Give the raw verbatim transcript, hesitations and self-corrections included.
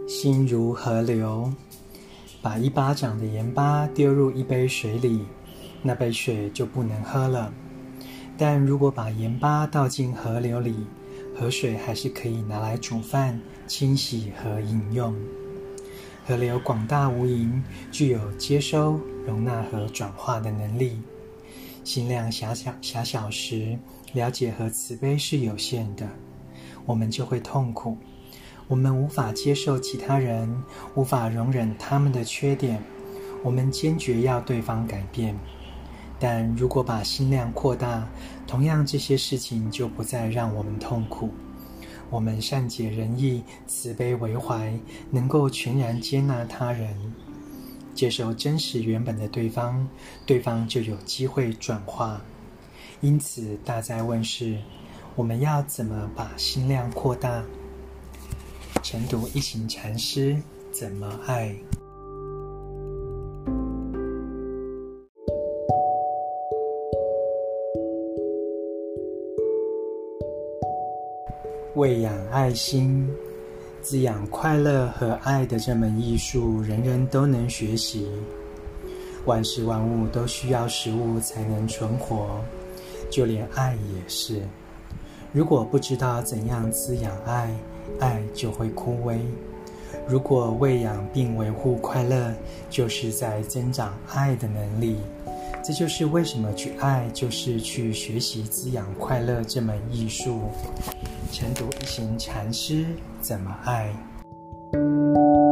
心如河流，把一巴掌的盐巴丢入一杯水里，那杯水就不能喝了。但如果把盐巴倒进河流里，河水还是可以拿来煮饭、清洗和饮用。河流广大无垠，具有接收、容纳和转化的能力。心量狭小狭小时，了解和慈悲是有限的，我们就会痛苦。我们无法接受其他人，无法容忍他们的缺点，我们坚决要对方改变。但如果把心量扩大，同样这些事情就不再让我们痛苦。我们善解人意，慈悲为怀，能够全然接纳他人，接受真实原本的对方，对方就有机会转化。因此大哉问是，我们要怎么把心量扩大？晨读一行禅师怎么爱？喂养爱心，滋养快乐和爱的这门艺术，人人都能学习。万事万物都需要食物才能存活，就连爱也是。如果不知道怎样滋养爱，爱就会枯萎。如果喂养并维护快乐，就是在增长爱的能力。这就是为什么去爱，就是去学习滋养快乐这门艺术。晨读一行禅师怎么爱？